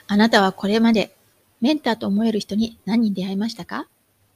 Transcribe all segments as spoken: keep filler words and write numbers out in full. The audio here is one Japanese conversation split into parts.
あなたはこれまでメンターと思える人に何人出会いましたか？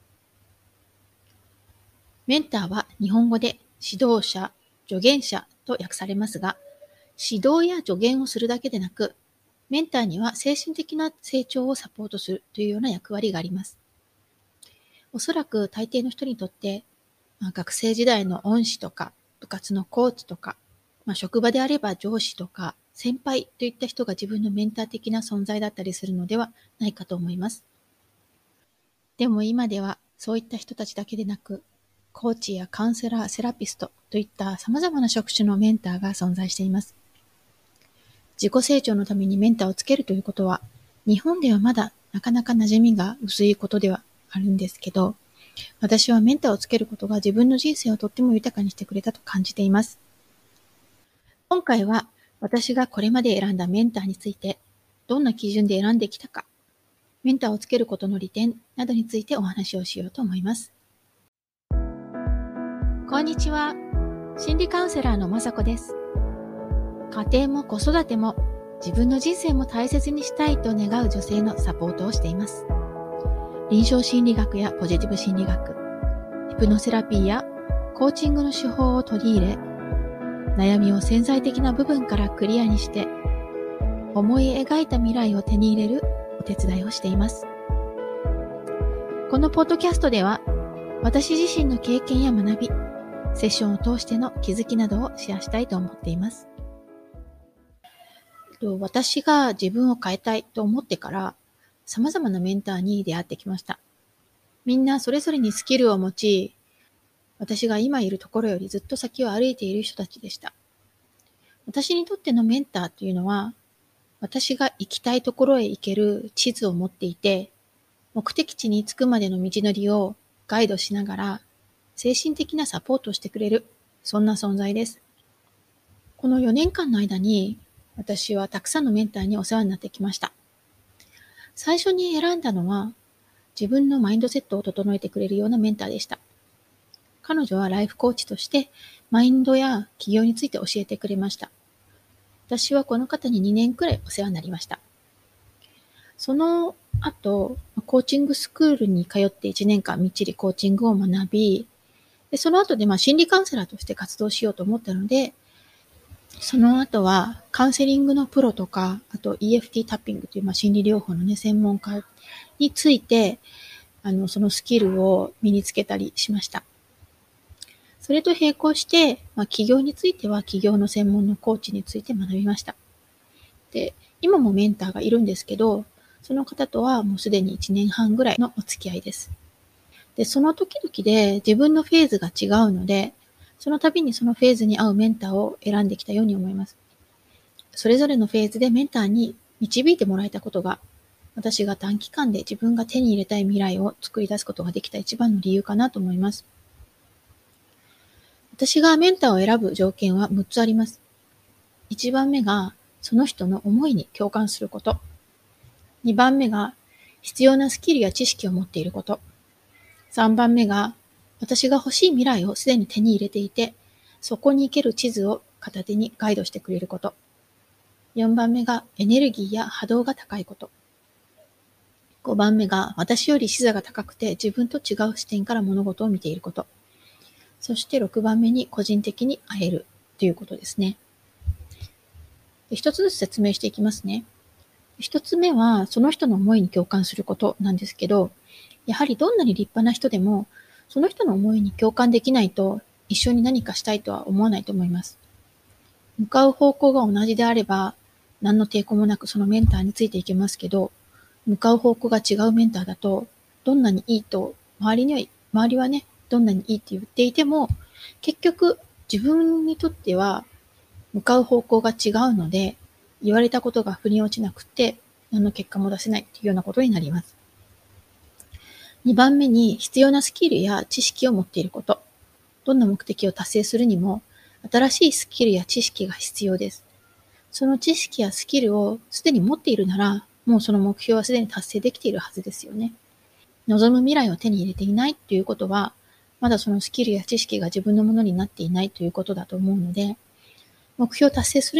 メンターは日本語で指導者、助言者と訳されますが、指導や助言をするだけでなく、メンターには精神的な成長をサポートするというような役割があります。おそらく大抵の人にとって、まあ、学生時代の恩師とか、部活のコーチとか、まあ、職場であれば上司とか、先輩といった人が自分のメンター的な存在だったりするのではないかと思います。でも今ではそういった人たちだけでなく、コーチやカウンセラー、セラピストといった様々な職種のメンターが存在しています。自己成長のためにメンターをつけるということは、日本ではまだなかなか馴染みが薄いことではあるんですけど、私はメンターをつけることが自分の人生をとっても豊かにしてくれたと感じています。今回は私がこれまで選んだメンターについて、どんな基準で選んできたか、メンターをつけることの利点などについてお話をしようと思います。こんにちは。心理カウンセラーのまさこです。家庭も子育ても自分の人生も大切にしたいと願う女性のサポートをしています。臨床心理学やポジティブ心理学、ヒプノセラピーやコーチングの手法を取り入れ、悩みを潜在的な部分からクリアにして、思い描いた未来を手に入れるお手伝いをしています。このポッドキャストでは、私自身の経験や学び、セッションを通しての気づきなどをシェアしたいと思っています。私が自分を変えたいと思ってから、様々なメンターに出会ってきました。みんなそれぞれにスキルを持ち、私が今いるところよりずっと先を歩いている人たちでした。私にとってのメンターというのは、私が行きたいところへ行ける地図を持っていて、目的地に着くまでの道のりをガイドしながら、精神的なサポートをしてくれる、そんな存在です。このよねんかんの間に、私はたくさんのメンターにお世話になってきました。最初に選んだのは、自分のマインドセットを整えてくれるようなメンターでした。彼女はライフコーチとして、マインドや起業について教えてくれました。私はこの方ににねんくらいお世話になりました。その後、コーチングスクールに通っていちねんかんみっちりコーチングを学び、でその後でまあ心理カウンセラーとして活動しようと思ったので、その後はカウンセリングのプロとか、あと イーエフティー タッピングというまあ心理療法のね、専門家について、あの、そのスキルを身につけたりしました。それと並行して、まあ、起業については起業の専門のコーチについて学びました。で、今もメンターがいるんですけど、その方とはもうすでにいちねんはんぐらいのお付き合いです。で、その時々で自分のフェーズが違うので、その度にそのフェーズに合うメンターを選んできたように思います。それぞれのフェーズでメンターに導いてもらえたことが、私が短期間で自分が手に入れたい未来を作り出すことができた一番の理由かなと思います。私がメンターを選ぶ条件はむっつあります。いちばんめが、その人の思いに共感すること。にばんめが、必要なスキルや知識を持っていること。さんばんめが、私が欲しい未来をすでに手に入れていて、そこに行ける地図を片手にガイドしてくれること。よんばんめが、エネルギーや波動が高いこと。ごばんめが、私より視座が高くて自分と違う視点から物事を見ていること。そしてろくばんめに個人的に会えるということですね。一つずつ説明していきますね。一つ目は、その人の思いに共感することなんですけど、やはりどんなに立派な人でも、その人の思いに共感できないと、一緒に何かしたいとは思わないと思います。向かう方向が同じであれば、何の抵抗もなくそのメンターについていけますけど、向かう方向が違うメンターだと、どんなにいいと、周りには、周りはね、どんなにいいって言っていても、結局自分にとっては向かう方向が違うので、言われたことが腑に落ちなくて、何の結果も出せないというようなことになります。にばんめに必要なスキルや知識を持っていること。どんな目的を達成するにも、新しいスキルや知識が必要です。その知識やスキルをすでに持っているなら、もうその目標はすでに達成できているはずですよね。望む未来を手に入れていないということは、まだそのスキルや知識が自分のものになっていないということだと思うので、目標を達成するには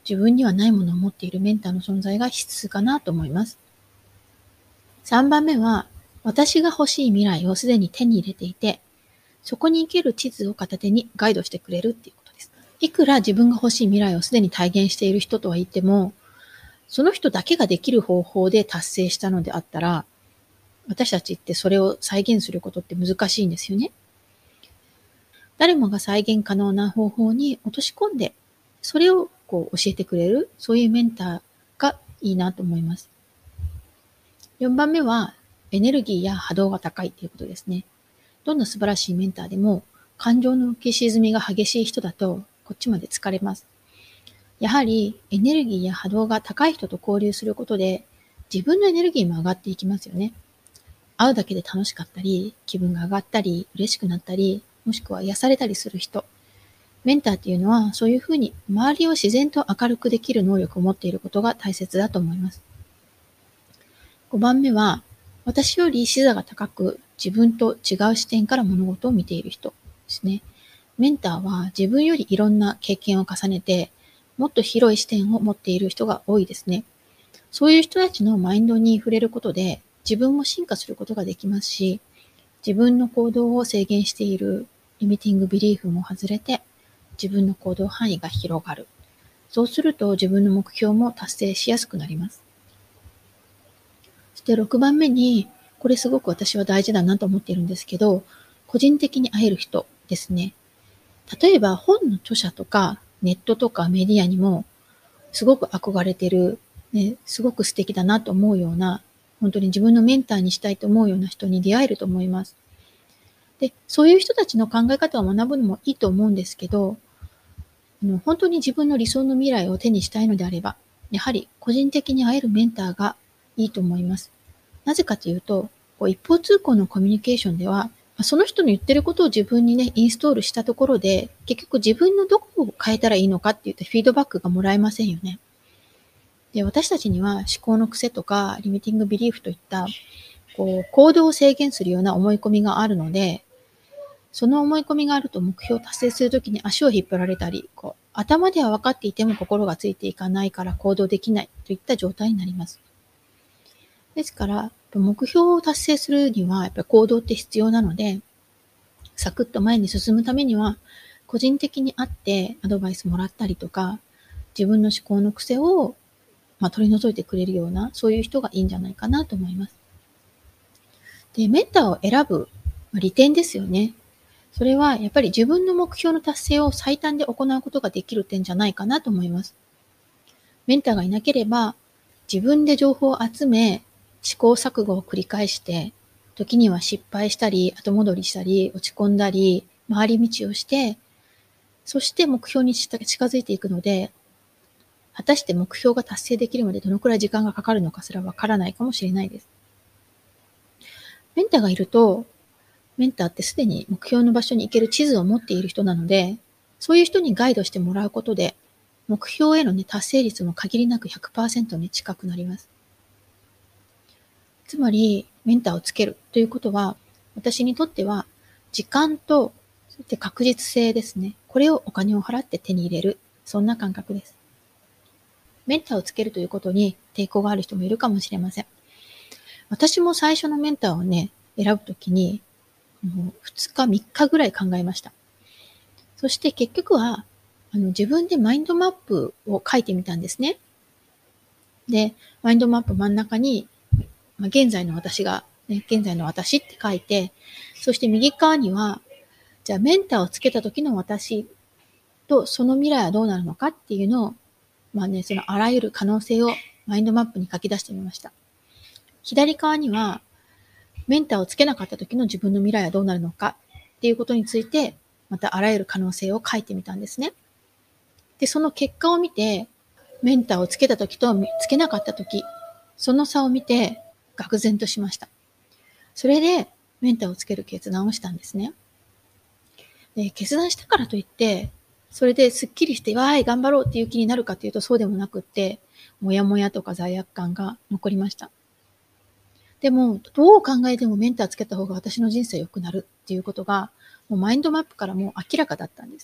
自分にはないものを持っているメンターの存在が必須かなと思います。さんばんめは、私が欲しい未来をすでに手に入れていて、そこに行ける地図を片手にガイドしてくれるっていうことです。いくら自分が欲しい未来をすでに体現している人とは言っても、その人だけができる方法で達成したのであったら、私たちってそれを再現することって難しいんですよね。誰もが再現可能な方法に落とし込んで、それをこう教えてくれる、そういうメンターがいいなと思います。よんばんめは、エネルギーや波動が高いということですね。どんな素晴らしいメンターでも、感情の浮き沈みが激しい人だと、こっちまで疲れます。やはり、エネルギーや波動が高い人と交流することで、自分のエネルギーも上がっていきますよね。会うだけで楽しかったり、気分が上がったり、嬉しくなったり、もしくは癒されたりする人。メンターっていうのは、そういうふうに周りを自然と明るくできる能力を持っていることが大切だと思います。ごばんめは、私より視座が高く、自分と違う視点から物事を見ている人ですね。メンターは自分よりいろんな経験を重ねて、もっと広い視点を持っている人が多いですね。そういう人たちのマインドに触れることで、自分も進化することができますし、自分の行動を制限しているリミティングビリーフも外れて、自分の行動範囲が広がる。そうすると自分の目標も達成しやすくなります。そしてろくばんめに、これすごく私は大事だなと思っているんですけど、個人的に会える人ですね。例えば本の著者とかネットとかメディアにもすごく憧れてる、ね、すごく素敵だなと思うような、本当に自分のメンターにしたいと思うような人に出会えると思います。で、そういう人たちの考え方を学ぶのもいいと思うんですけど、本当に自分の理想の未来を手にしたいのであれば、やはり個人的に会えるメンターがいいと思います。なぜかというと、こう一方通行のコミュニケーションでは、その人の言ってることを自分にね、インストールしたところで、結局自分のどこを変えたらいいのかっていったフィードバックがもらえませんよね。で、私たちには思考の癖とか、リミティングビリーフといった、こう、行動を制限するような思い込みがあるので、その思い込みがあると目標を達成するときに足を引っ張られたり、こう頭では分かっていても心がついていかないから行動できないといった状態になります。ですから、目標を達成するにはやっぱり行動って必要なので、サクッと前に進むためには、個人的に会ってアドバイスもらったりとか、自分の思考の癖を、まあ、取り除いてくれるような、そういう人がいいんじゃないかなと思います。で、メンターを選ぶ利点ですよね。それはやっぱり自分の目標の達成を最短で行うことができる点じゃないかなと思います。メンターがいなければ、自分で情報を集め、試行錯誤を繰り返して、時には失敗したり、後戻りしたり、落ち込んだり、回り道をして、そして目標に近づいていくので、果たして目標が達成できるまでどのくらい時間がかかるのかすらわからないかもしれないです。メンターがいると、メンターってすでに目標の場所に行ける地図を持っている人なので、そういう人にガイドしてもらうことで、目標への、ね、達成率も限りなく ひゃくパーセント に近くなります。つまり、メンターをつけるということは、私にとっては、時間と、そして確実性ですね。これをお金を払って手に入れる。そんな感覚です。メンターをつけるということに抵抗がある人もいるかもしれません。私も最初のメンターをね、選ぶときに、もうふつかみっかぐらい考えました。そして結局は、あの自分でマインドマップを書いてみたんですね。で、マインドマップ真ん中に、まあ、現在の私が、ね、現在の私って書いて、そして右側には、じゃあメンターをつけた時の私とその未来はどうなるのかっていうのを、まあね、そのあらゆる可能性をマインドマップに書き出してみました。左側には、メンターをつけなかった時の自分の未来はどうなるのかっていうことについて、またあらゆる可能性を書いてみたんですね。で、その結果を見て、メンターをつけた時とつけなかった時、その差を見て、愕然としました。それで、メンターをつける決断をしたんですね。で、決断したからといって、それでスッキリして、わーい、頑張ろうっていう気になるかというとそうでもなくって、もやもやとか罪悪感が残りました。でも、どう考えてもメンターつけた方が私の人生良くなるっていうことが、もうマインドマップからもう明らかだったんです。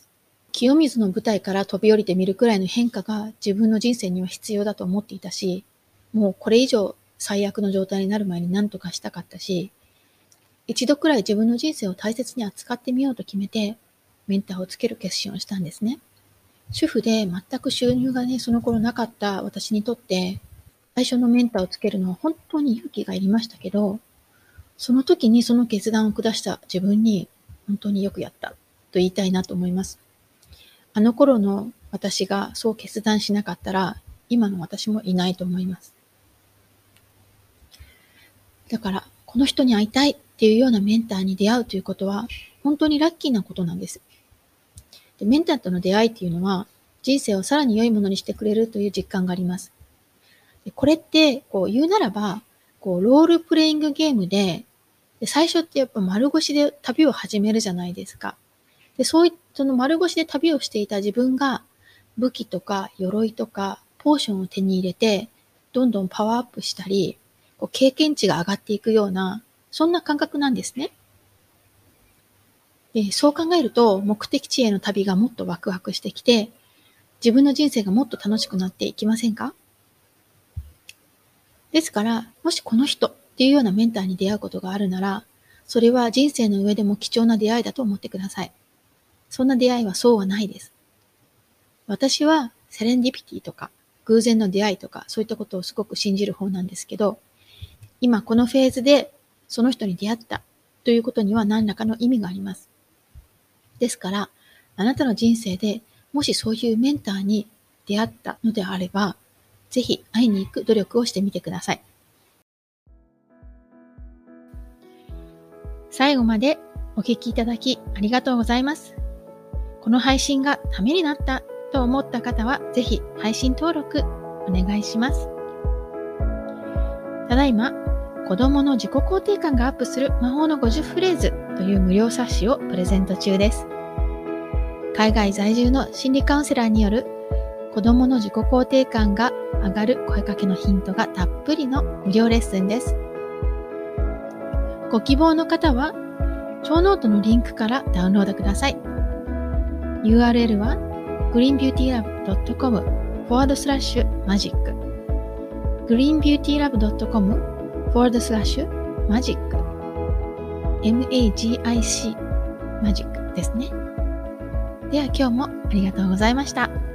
清水の舞台から飛び降りてみるくらいの変化が自分の人生には必要だと思っていたし、もうこれ以上最悪の状態になる前に何とかしたかったし、一度くらい自分の人生を大切に扱ってみようと決めて、メンターをつける決心をしたんですね。主婦で全く収入がね、その頃なかった私にとって、最初のメンターをつけるのは本当に勇気がいりましたけど、その時にその決断を下した自分に本当によくやったと言いたいなと思います。あの頃の私がそう決断しなかったら、今の私もいないと思います。だから、この人に会いたいっていうようなメンターに出会うということは、本当にラッキーなことなんです。で、メンターとの出会いっていうのは、人生をさらに良いものにしてくれるという実感があります。で、これって、こう言うならば、こう、ロールプレイングゲームで、で最初ってやっぱ丸腰で旅を始めるじゃないですか。で、そういったその丸腰で旅をしていた自分が、武器とか鎧とかポーションを手に入れて、どんどんパワーアップしたり、こう経験値が上がっていくような、そんな感覚なんですね。で、そう考えると、目的地への旅がもっとワクワクしてきて、自分の人生がもっと楽しくなっていきませんか？ですから、もしこの人っていうようなメンターに出会うことがあるなら、それは人生の上でも貴重な出会いだと思ってください。そんな出会いはそうはないです。私はセレンディピティとか偶然の出会いとかそういったことをすごく信じる方なんですけど、今このフェーズでその人に出会ったということには何らかの意味があります。ですから、あなたの人生でもしそういうメンターに出会ったのであれば、ぜひ会いに行く努力をしてみてください。最後までお聞きいただきありがとうございます。この配信がためになったと思った方は、ぜひ配信登録お願いします。ただいま、子供の自己肯定感がアップする魔法のごじゅうフレーズという無料冊子をプレゼント中です。海外在住の心理カウンセラーによる子供の自己肯定感が上がる声かけのヒントがたっぷりの無料レッスンです。ご希望の方は、超ノートのリンクからダウンロードください。ユーアールエル は グリーンビューティーラブドットコム フォワードスラッシュマジック グリーンビューティーラブドットコム フォワードスラッシュマジック マジックマジックですね。では今日もありがとうございました。